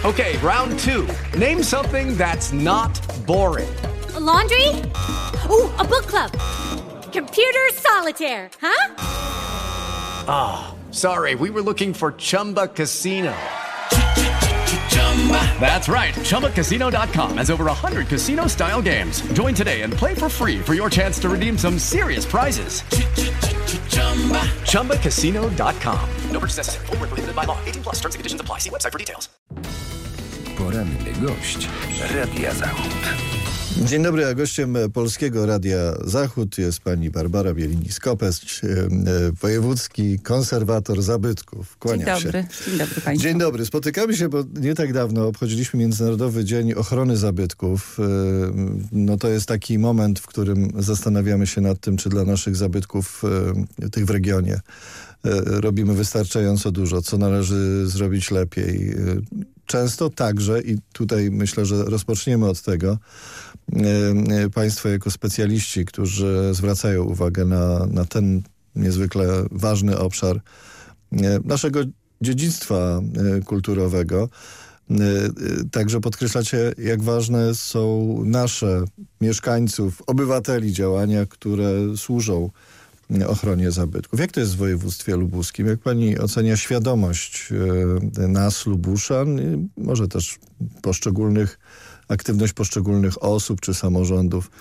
Okay, round two. Name something that's not boring. A laundry? Ooh, a book club. Computer solitaire, huh? Ah, sorry, we were looking for Chumba Casino. That's right. ChumbaCasino.com has over 100 casino-style games. Join today and play for free for your chance to redeem some serious prizes. ChumbaCasino.com. No purchase necessary. Void where prohibited by law. 18 plus. Terms and conditions apply. See website for details. Poranny gość Radia Zachód. Dzień dobry, a gościem Polskiego Radia Zachód jest pani Barbara Bielińsk-Kopeć, wojewódzki konserwator zabytków. Kłaniam się. Dzień dobry państwu. Dzień dobry. Spotykamy się, bo nie tak dawno obchodziliśmy Międzynarodowy Dzień Ochrony Zabytków. No to jest taki moment, w którym zastanawiamy się nad tym, czy dla naszych zabytków, tych w regionie, robimy wystarczająco dużo, co należy zrobić lepiej. Często także, i tutaj myślę, że rozpoczniemy od tego, państwo jako specjaliści, którzy zwracają uwagę na ten niezwykle ważny obszar naszego dziedzictwa kulturowego, także podkreślacie, jak ważne są nasze, mieszkańców, obywateli działania, które służą ochronie zabytków. Jak to jest w województwie lubuskim? Jak pani ocenia świadomość nas, Lubuszan, może też aktywność poszczególnych osób czy samorządów?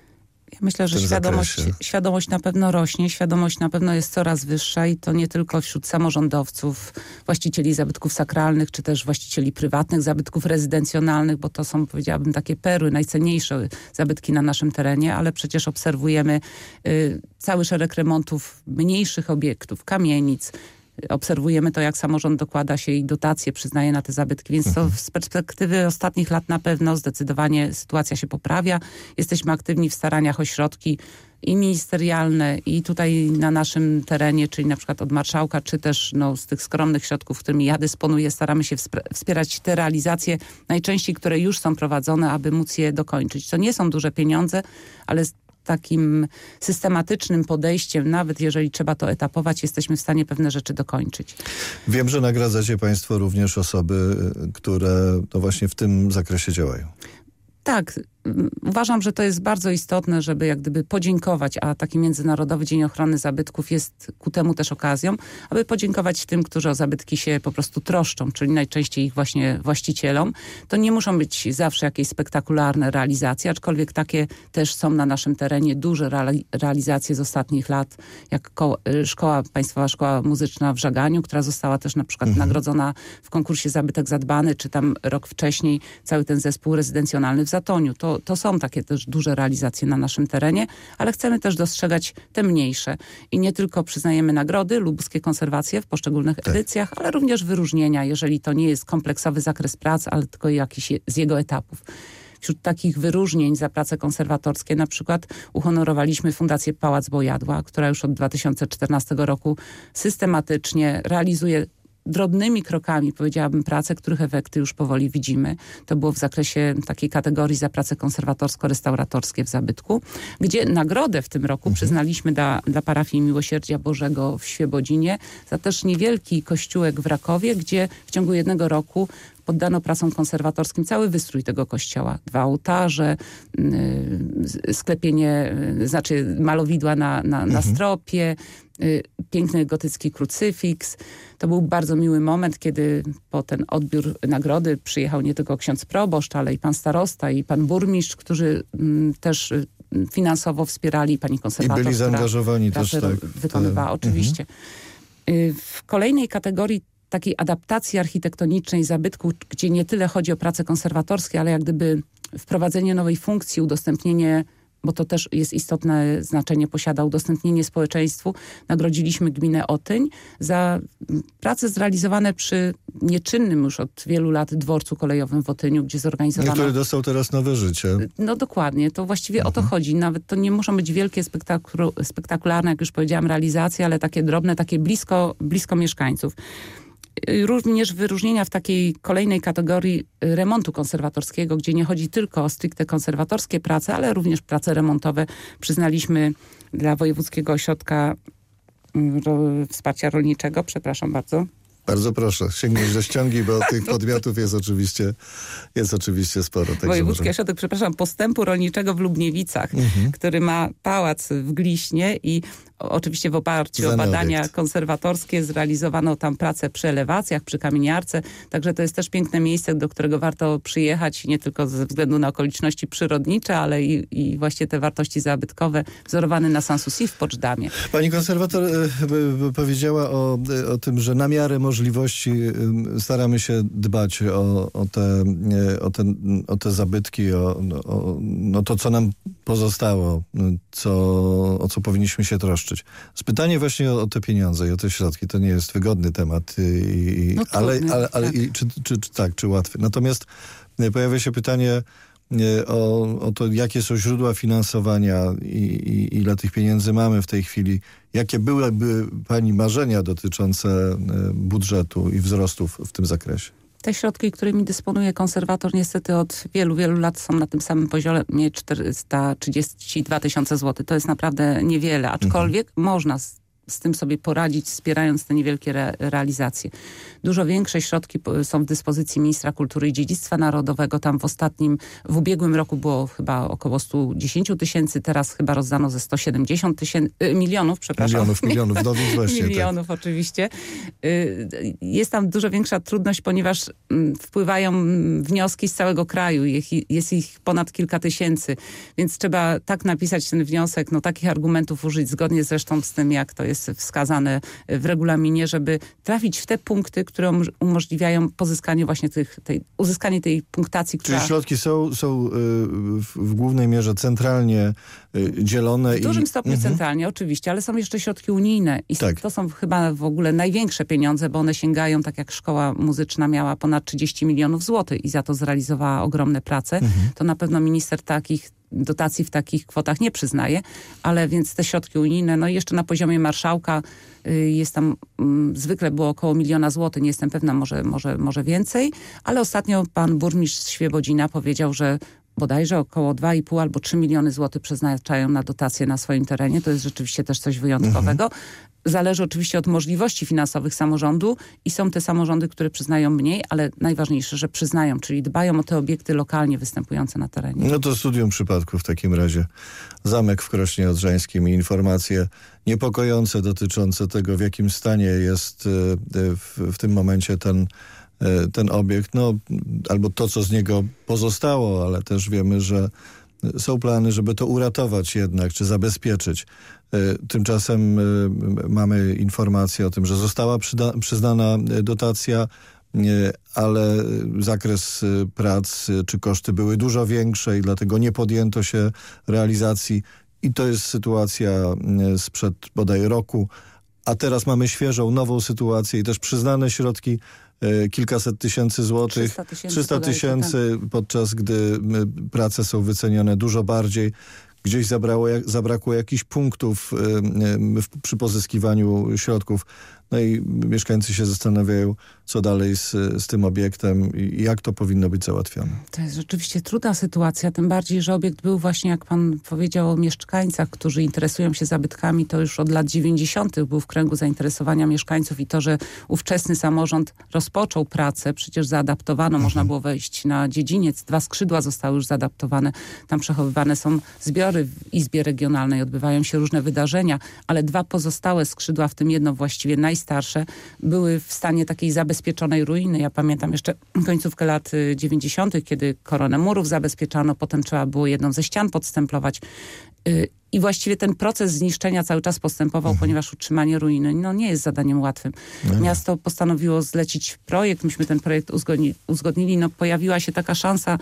Ja myślę, że świadomość na pewno rośnie, świadomość na pewno jest coraz wyższa i to nie tylko wśród samorządowców, właścicieli zabytków sakralnych, czy też właścicieli prywatnych zabytków rezydencjonalnych, bo to są, powiedziałabym, takie perły, najcenniejsze zabytki na naszym terenie, ale przecież obserwujemy cały szereg remontów mniejszych obiektów, kamienic. Obserwujemy to, jak samorząd dokłada się i dotacje przyznaje na te zabytki, więc to z perspektywy ostatnich lat na pewno zdecydowanie sytuacja się poprawia. Jesteśmy aktywni w staraniach o środki i ministerialne, i tutaj na naszym terenie, czyli na przykład od marszałka, czy też z tych skromnych środków, którymi ja dysponuję, staramy się wspierać te realizacje, najczęściej, które już są prowadzone, aby móc je dokończyć. To nie są duże pieniądze, ale takim systematycznym podejściem, nawet jeżeli trzeba to etapować, jesteśmy w stanie pewne rzeczy dokończyć. Wiem, że nagradzacie państwo również osoby, które to właśnie w tym zakresie działają. Tak, uważam, że to jest bardzo istotne, żeby jak gdyby podziękować, a taki Międzynarodowy Dzień Ochrony Zabytków jest ku temu też okazją, aby podziękować tym, którzy o zabytki się po prostu troszczą, czyli najczęściej ich właśnie właścicielom. To nie muszą być zawsze jakieś spektakularne realizacje, aczkolwiek takie też są na naszym terenie, duże realizacje z ostatnich lat, jak Państwowa Szkoła Muzyczna w Żaganiu, która została też na przykład nagrodzona w konkursie Zabytek Zadbany, czy tam rok wcześniej cały ten zespół rezydencjonalny w Zatoniu. To są takie też duże realizacje na naszym terenie, ale chcemy też dostrzegać te mniejsze. I nie tylko przyznajemy nagrody, lubuskie konserwacje w poszczególnych edycjach, ale również wyróżnienia, jeżeli to nie jest kompleksowy zakres prac, ale tylko jakiś z jego etapów. Wśród takich wyróżnień za prace konserwatorskie na przykład uhonorowaliśmy Fundację Pałac Bojadła, która już od 2014 roku systematycznie realizuje drobnymi krokami, powiedziałabym, prace, których efekty już powoli widzimy. To było w zakresie takiej kategorii za prace konserwatorsko-restauratorskie w zabytku, gdzie nagrodę w tym roku przyznaliśmy dla parafii Miłosierdzia Bożego w Świebodzinie za też niewielki kościółek w Rakowie, gdzie w ciągu jednego roku poddano pracom konserwatorskim cały wystrój tego kościoła. 2 ołtarze, sklepienie, malowidła na stropie, piękny gotycki krucyfiks. To był bardzo miły moment, kiedy po ten odbiór nagrody przyjechał nie tylko ksiądz proboszcz, ale i pan starosta i pan burmistrz, którzy też finansowo wspierali, pani konserwator, i byli zaangażowani też, tak. Wykonywała, oczywiście. W kolejnej kategorii takiej adaptacji architektonicznej zabytku, gdzie nie tyle chodzi o prace konserwatorskie, ale jak gdyby wprowadzenie nowej funkcji, udostępnienie, bo to też jest istotne znaczenie, posiada udostępnienie społeczeństwu. Nagrodziliśmy gminę Otyń za prace zrealizowane przy nieczynnym już od wielu lat dworcu kolejowym w Otyniu, gdzie zorganizowano... Który dostał teraz nowe życie. No dokładnie, to właściwie o to chodzi. Nawet to nie muszą być wielkie, spektakularne, jak już powiedziałam, realizacje, ale takie drobne, takie blisko mieszkańców. Również wyróżnienia w takiej kolejnej kategorii remontu konserwatorskiego, gdzie nie chodzi tylko o stricte konserwatorskie prace, ale również prace remontowe. Przyznaliśmy dla Wojewódzkiego Ośrodka Wsparcia Rolniczego, przepraszam bardzo, Bardzo proszę, sięgnąć do ściągi, bo tych podmiotów jest oczywiście sporo. Wojewódzki Ośrodek, Postępu Rolniczego w Lubniewicach, który ma pałac w Gliśnie i oczywiście w oparciu o badania konserwatorskie zrealizowano tam pracę przy elewacjach, przy kamieniarce, także to jest też piękne miejsce, do którego warto przyjechać, nie tylko ze względu na okoliczności przyrodnicze, ale i właśnie te wartości zabytkowe wzorowane na Sanssouci w Poczdamie. Pani konserwator powiedziała o tym, że na miarę możliwości staramy się dbać o te zabytki, o to, co nam pozostało, o co powinniśmy się troszczyć. Pytanie właśnie o te pieniądze i o te środki. To nie jest wygodny temat, czy łatwy. Natomiast pojawia się pytanie o to, jakie są źródła finansowania i ile tych pieniędzy mamy w tej chwili. Jakie byłyby pani marzenia dotyczące budżetu i wzrostów w tym zakresie? Te środki, którymi dysponuje konserwator, niestety od wielu, wielu lat są na tym samym poziomie 432 000 złotych. To jest naprawdę niewiele, aczkolwiek można z tym sobie poradzić, wspierając te niewielkie realizacje. Dużo większe środki są w dyspozycji Ministra Kultury i Dziedzictwa Narodowego. Tam w ubiegłym roku było chyba około 110 000, teraz chyba rozdano ze 170 milionów, przepraszam. Milionów, no więc właśnie. Milionów, tak. Oczywiście. Jest tam dużo większa trudność, ponieważ wpływają wnioski z całego kraju. Jest ich ponad kilka tysięcy, więc trzeba tak napisać ten wniosek, takich argumentów użyć, zgodnie zresztą z tym, jak to jest wskazane w regulaminie, żeby trafić w te punkty, które umożliwiają pozyskanie właśnie uzyskanie tej punktacji, która... Czyli środki są w głównej mierze centralnie dzielone. W dużym stopniu centralnie, oczywiście, ale są jeszcze środki unijne i to są chyba w ogóle największe pieniądze, bo one sięgają, tak jak szkoła muzyczna miała ponad 30 milionów złotych i za to zrealizowała ogromne prace. To na pewno minister takich dotacji w takich kwotach nie przyznaje, ale więc te środki unijne, i jeszcze na poziomie marszałka jest tam, zwykle było około 1 000 000 złotych, nie jestem pewna, może więcej, ale ostatnio pan burmistrz Świebodzina powiedział, że bodajże około 2,5 albo 3 miliony złotych przeznaczają na dotacje na swoim terenie. To jest rzeczywiście też coś wyjątkowego. Zależy oczywiście od możliwości finansowych samorządu i są te samorządy, które przyznają mniej, ale najważniejsze, że przyznają, czyli dbają o te obiekty lokalnie występujące na terenie. No to studium przypadku w takim razie. Zamek w Krośnie Odrzańskim i informacje niepokojące dotyczące tego, w jakim stanie jest w tym momencie ten obiekt, albo to, co z niego pozostało, ale też wiemy, że są plany, żeby to uratować jednak, czy zabezpieczyć. Tymczasem mamy informację o tym, że została przyznana dotacja, ale zakres prac czy koszty były dużo większe i dlatego nie podjęto się realizacji. I to jest sytuacja sprzed bodaj roku, a teraz mamy świeżą, nową sytuację i też przyznane środki kilkaset tysięcy złotych, 300 000, podczas gdy prace są wycenione dużo bardziej. Gdzieś zabrakło jakichś punktów przy pozyskiwaniu środków. No i mieszkańcy się zastanawiają, co dalej z tym obiektem i jak to powinno być załatwione. To jest rzeczywiście trudna sytuacja, tym bardziej, że obiekt był właśnie, jak pan powiedział, o mieszkańcach, którzy interesują się zabytkami, to już od lat 90. był w kręgu zainteresowania mieszkańców i to, że ówczesny samorząd rozpoczął pracę, przecież zaadaptowano, można było wejść na dziedziniec, 2 skrzydła zostały już zaadaptowane, tam przechowywane są zbiory w Izbie Regionalnej, odbywają się różne wydarzenia, ale 2 pozostałe skrzydła, w tym jedno właściwie najstarsze, były w stanie takiej zabezpieczonej ruiny. Ja pamiętam jeszcze końcówkę lat 90., kiedy koronę murów zabezpieczano, potem trzeba było jedną ze ścian podstemplować. I właściwie ten proces zniszczenia cały czas postępował, ponieważ utrzymanie ruiny nie jest zadaniem łatwym. Miasto postanowiło zlecić projekt, myśmy ten projekt uzgodnili. Pojawiła się taka szansa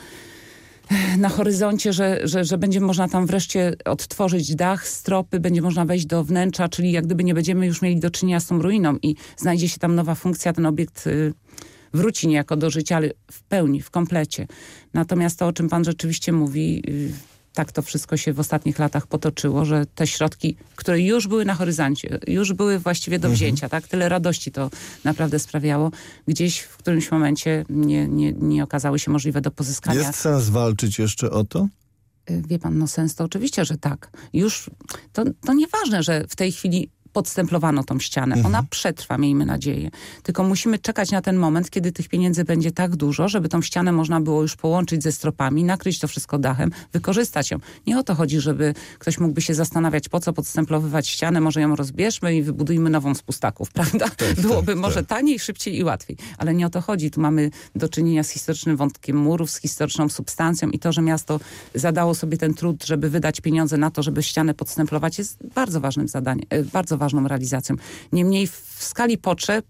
na horyzoncie, że będzie można tam wreszcie odtworzyć dach, stropy, będzie można wejść do wnętrza, czyli jak gdyby nie będziemy już mieli do czynienia z tą ruiną i znajdzie się tam nowa funkcja, ten obiekt wróci niejako do życia, ale w pełni, w komplecie. Natomiast to, o czym pan rzeczywiście mówi, tak to wszystko się w ostatnich latach potoczyło, że te środki, które już były na horyzoncie, już były właściwie do wzięcia, tak? Tyle radości to naprawdę sprawiało. Gdzieś w którymś momencie nie okazały się możliwe do pozyskania. Jest sens walczyć jeszcze o to? Wie pan, sens to oczywiście, że tak. Już to nieważne, że w tej chwili podstemplowano tą ścianę. Ona przetrwa, miejmy nadzieję. Tylko musimy czekać na ten moment, kiedy tych pieniędzy będzie tak dużo, żeby tą ścianę można było już połączyć ze stropami, nakryć to wszystko dachem, wykorzystać ją. Nie o to chodzi, żeby ktoś mógłby się zastanawiać, po co podstemplowywać ścianę, może ją rozbierzmy i wybudujmy nową z pustaków, prawda? Byłoby może taniej, szybciej i łatwiej. Ale nie o to chodzi. Tu mamy do czynienia z historycznym wątkiem murów, z historyczną substancją i to, że miasto zadało sobie ten trud, żeby wydać pieniądze na to, żeby ścianę podstemplować, jest bardzo ważnym zadaniem, bardzo ważną realizacją. Niemniej w skali potrzeb,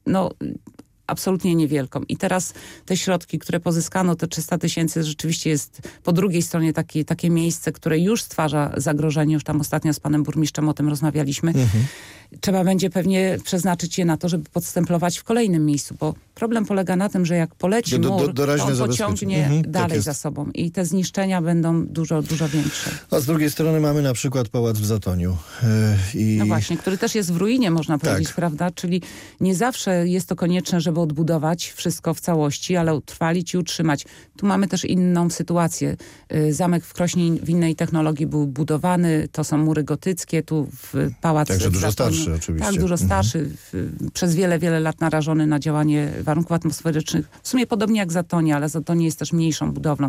absolutnie niewielką. I teraz te środki, które pozyskano, te 300 000, rzeczywiście jest po drugiej stronie takie miejsce, które już stwarza zagrożenie. Już tam ostatnio z panem burmistrzem o tym rozmawialiśmy. Trzeba będzie pewnie przeznaczyć je na to, żeby podstemplować w kolejnym miejscu, bo problem polega na tym, że jak poleci mur, to on pociągnie dalej za sobą i te zniszczenia będą dużo, dużo większe. A z drugiej strony mamy na przykład Pałac w Zatoniu. No właśnie, który też jest w ruinie, można powiedzieć, prawda? Czyli nie zawsze jest to konieczne, żeby odbudować wszystko w całości, ale utrwalić i utrzymać. Tu mamy też inną sytuację. Zamek w Krośnie w innej technologii był budowany, to są mury gotyckie, tu w Pałac Także dużo Zatoniu, starszy oczywiście. Tak, dużo starszy. Przez wiele, wiele lat narażony na działanie warunków atmosferycznych. W sumie podobnie jak Zatonie, ale Zatonie jest też mniejszą budowlą.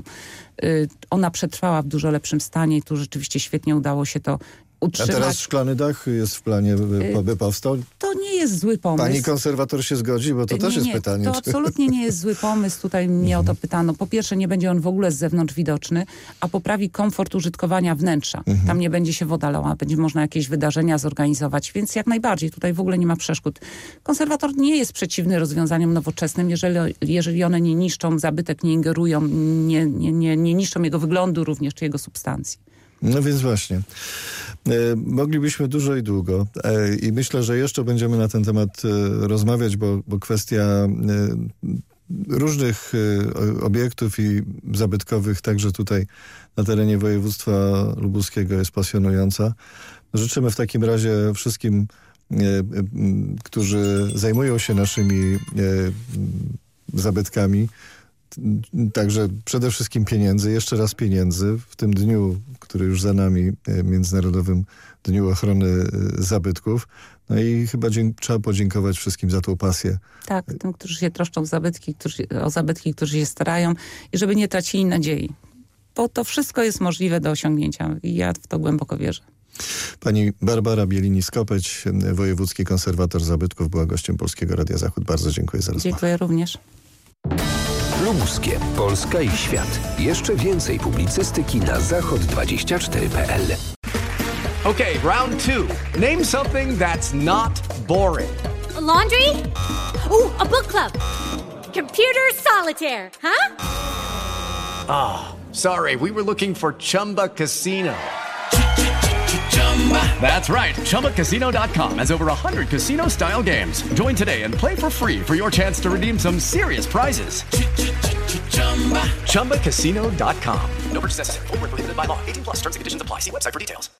Ona przetrwała w dużo lepszym stanie i tu rzeczywiście świetnie udało się to utrzymać. A teraz szklany dach jest w planie, by powstał? To nie jest zły pomysł. Pani konserwator się zgodzi, bo to też jest pytanie. To absolutnie nie jest zły pomysł. Tutaj mnie o to pytano. Po pierwsze, nie będzie on w ogóle z zewnątrz widoczny, a poprawi komfort użytkowania wnętrza. Tam nie będzie się woda lała, będzie można jakieś wydarzenia zorganizować, więc jak najbardziej. Tutaj w ogóle nie ma przeszkód. Konserwator nie jest przeciwny rozwiązaniom nowoczesnym, jeżeli one nie niszczą zabytek, nie ingerują, nie niszczą jego wyglądu również, czy jego substancji. No więc właśnie. Moglibyśmy dużo i długo i myślę, że jeszcze będziemy na ten temat rozmawiać, bo kwestia różnych obiektów i zabytkowych także tutaj na terenie województwa lubuskiego jest pasjonująca. Życzymy w takim razie wszystkim, którzy zajmują się naszymi zabytkami, także przede wszystkim pieniędzy, jeszcze raz pieniędzy w tym dniu, który już za nami, Międzynarodowym Dniu Ochrony Zabytków. No i chyba trzeba podziękować wszystkim za tą pasję. Tak, tym, którzy się troszczą o zabytki, którzy się starają i żeby nie tracili nadziei. Bo to wszystko jest możliwe do osiągnięcia i ja w to głęboko wierzę. Pani Barbara Bielini-Skopeć, wojewódzki konserwator zabytków, była gościem Polskiego Radia Zachód. Bardzo dziękuję za rozmowę. Dziękuję również. Lubuskie, Polska i świat. Jeszcze więcej publicystyki na zachod24.pl. Okay, round 2. Name something that's not boring. A laundry? Ooh, a book club. Computer solitaire, huh? Sorry, we were looking for Chumba Casino. That's right. ChumbaCasino.com has over 100 casino-style games. Join today and play for free for your chance to redeem some serious prizes. ChumbaCasino.com. No purchase necessary. Void where prohibited by law. 18+ terms and conditions apply. See website for details.